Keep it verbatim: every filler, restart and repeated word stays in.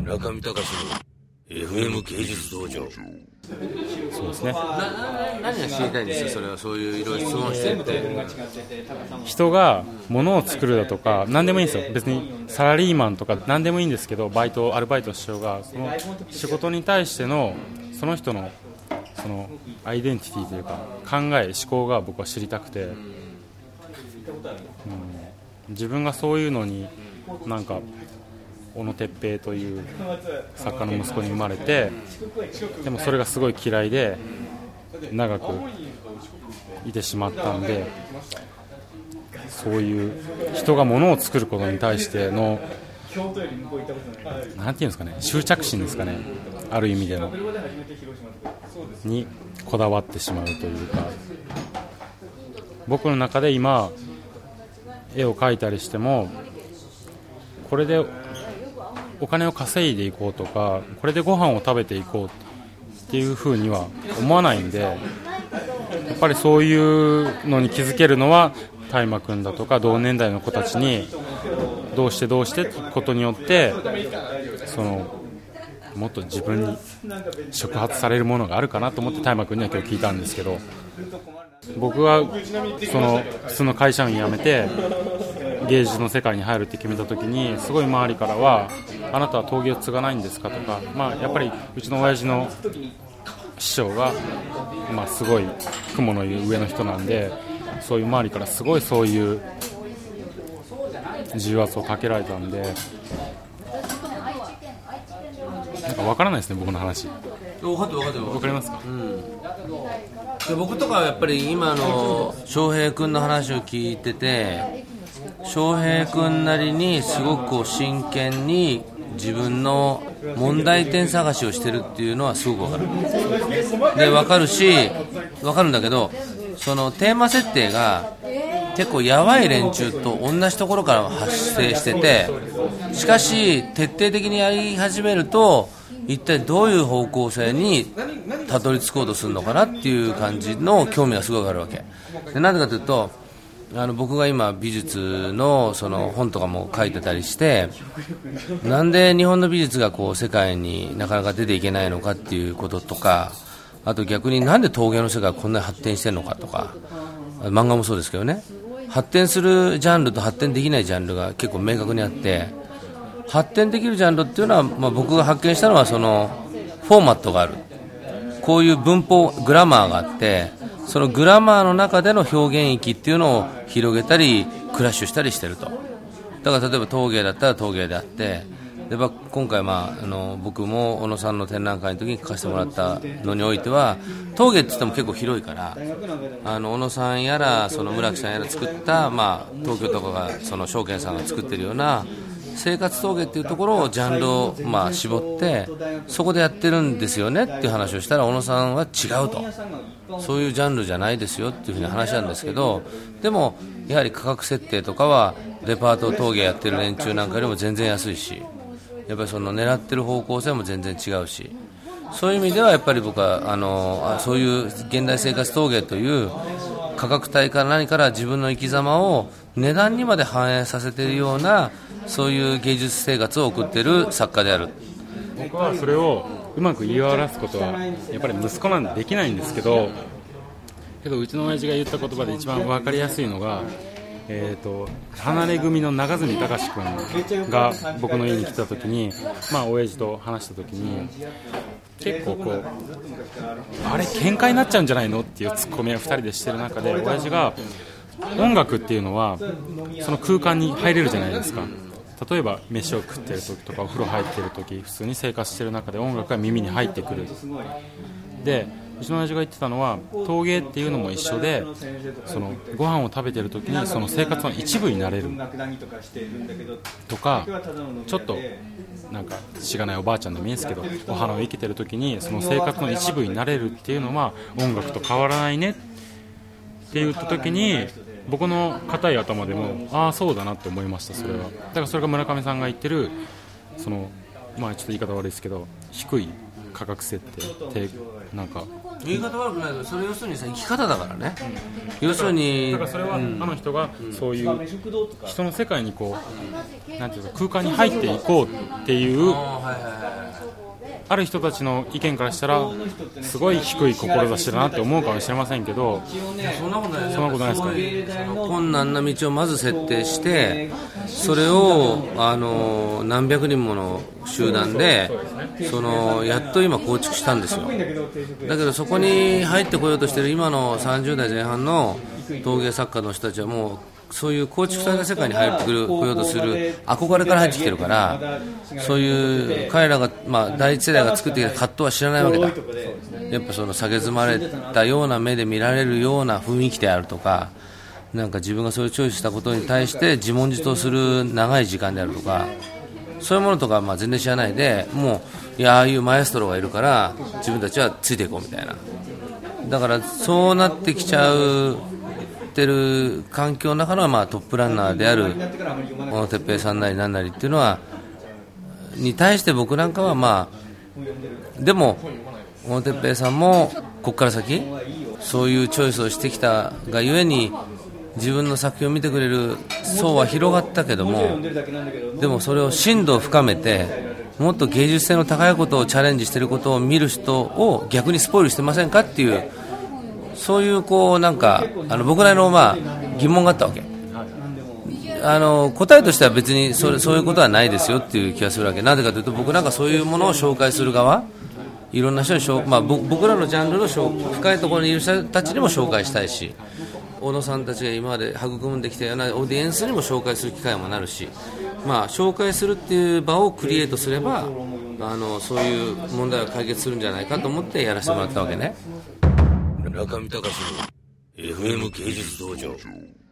中見隆の エフエム 芸術道場。 そうですね。 な何が知りたいんですか。それはそういういろいろ質問してって。 人が物を作るだとか何でもいいんですよ。別にサラリーマンとか何でもいいんですけど、バイトアルバイトしようが、その仕事に対してのその人のそのアイデンティティというか考え思考が僕は知りたくて、うん、自分がそういうのになんか小野哲平という作家の息子に生まれて、でもそれがすごい嫌いで長くいてしまったんで、そういう人が物を作ることに対してのなんていうんですかね、執着心ですかね、ある意味でのにこだわってしまうというか、僕の中で今絵を描いたりしてもこれでお金を稼いでいこうとか、これでご飯を食べていこうっていうふうには思わないんで、やっぱりそういうのに気づけるのは大馬くんだとか同年代の子たちにどうしてどうしてってことによって、そのもっと自分に触発されるものがあるかなと思って大馬くんには今日聞いたんですけど、僕はその普通の会社員辞めて芸術の世界に入るって決めた時に、すごい周りからはあなたは陶芸を継がないんですかとか、まあ、やっぱりうちの親父の師匠が、まあ、すごい雲の上の人なんで、そういう周りからすごいそういう重圧をかけられたんで、なんか分からないですね、僕の話。 分かって分かって分かりますか。うん、 で僕とかはやっぱり今の翔平君の話を聞いてて、翔平君なりにすごくこう真剣に自分の問題点探しをしてるっていうのはすごく分かる。で分かるし分かるんだけど、そのテーマ設定が結構やばい連中と同じところから発生してて、しかし徹底的にやり始めると一体どういう方向性にたどり着こうとするのかなっていう感じの興味がすごいあるわけで、なぜかというと、あの僕が今美術 の, その本とかも書いてたりして、なんで日本の美術がこう世界になかなか出ていけないのかっていうこととか、あと逆になんで陶芸の世界がこんなに発展してるのかとか、漫画もそうですけどね、発展するジャンルと発展できないジャンルが結構明確にあって、発展できるジャンルっていうのは、まあ、僕が発見したのはそのフォーマットがある、こういう文法グラマーがあって、そのグラマーの中での表現域っていうのを広げたりクラッシュしたりしてると。だから例えば陶芸だったら陶芸であって、で今回、まあ、あの僕も小野さんの展覧会の時に書かせてもらったのにおいては、陶芸って言っても結構広いから、あの小野さんやらその村木さんやら作った、まあ、東京とかがその証券さんが作ってるような生活陶芸っていうところをジャンルを、まあ、絞ってそこでやってるんですよねっていう話をしたら、小野さんは違うと、そういうジャンルじゃないですよっていうふうに話なんですけど、でもやはり価格設定とかはデパート陶芸やってる連中なんかよりも全然安いし、やっぱりその狙ってる方向性も全然違うし、そういう意味ではやっぱり僕はあのそういう現代生活陶芸という価格帯から何から自分の生き様を値段にまで反映させているような、そういう芸術生活を送っている作家である。 僕はそれをうまく言い表すことはやっぱり息子なんでできないんですけど、けどうちの親父が言った言葉で一番分かりやすいのが、えー、と離れ組の長住隆君が僕の家に来た時に、まあ親父と話した時に、結構こうあれ喧嘩になっちゃうんじゃないのっていうツッコミをふたりでしてる中で、親父が音楽っていうのはその空間に入れるじゃないですか。例えば飯を食ってる時とかお風呂入ってる時、普通に生活してる中で音楽が耳に入ってくる。でうちの親父が言ってたのは、陶芸っていうのも一緒で、そのご飯を食べてる時にその生活の一部になれるとか、ちょっとなんかしがないおばあちゃんでもいいんですけど、お花を生きてる時にその生活の一部になれるっていうのは音楽と変わらないねって言った時に、僕の硬い頭でもああそうだなって思いました。それはだからそれが村上さんが言ってる、そのまあちょっと言い方悪いですけど低い価格設定なんか言い方悪くないけどそれ要するにさ生き方だからね、うん、要するにだからそれは、うん、あの人がそういう人の世界にこうなんていうか空間に入っていこうっていうある人たちの意見からしたらすごい低い志だなって思うかもしれませんけど、 そんなことないそんなことないですかね。 その困難な道をまず設定してそれをあの何百人もの集団でそのやっと今構築したんですよ。だけどそこに入ってこようとしている今のさんじゅう代前半の陶芸作家の人たちはもうそういう構築された世界に入ってくる来ようとする憧れから入ってきてるから、そういう彼らが、まあ、第一世代が作ってきた葛藤は知らないわけだ。やっぱその蔑まれたような目で見られるような雰囲気であるとか、なんか自分がそういうチョイスしたことに対して自問自答する長い時間であるとか、そういうものとかまあ全然知らないで、もういやああいうマエストロがいるから自分たちはついていこうみたいな。だからそうなってきちゃうてる環境の中のまあトップランナーである小野哲平さんなりなんなりっていうのはに対して僕なんかはまあでも小野哲平さんもここから先そういうチョイスをしてきたがゆえに自分の作品を見てくれる層は広がったけども、でもそれを深度を深めてもっと芸術性の高いことをチャレンジしていることを見る人を逆にスポイルしてませんかっていう、そういうこうなんかあの僕なりのまあ疑問があったわけ。あの答えとしては別にそれそういうことはないですよっていう気がするわけ。なぜかというと僕なんかそういうものを紹介する側、いろんな人にしょ、まあ、僕らのジャンルの深いところにいる人たちにも紹介したいし、小野さんたちが今まで育んできたようなオーディエンスにも紹介する機会もなるし、まあ、紹介するっていう場をクリエイトすればあのそういう問題が解決するんじゃないかと思ってやらせてもらったわけね。中見隆の エフエム 芸術道場。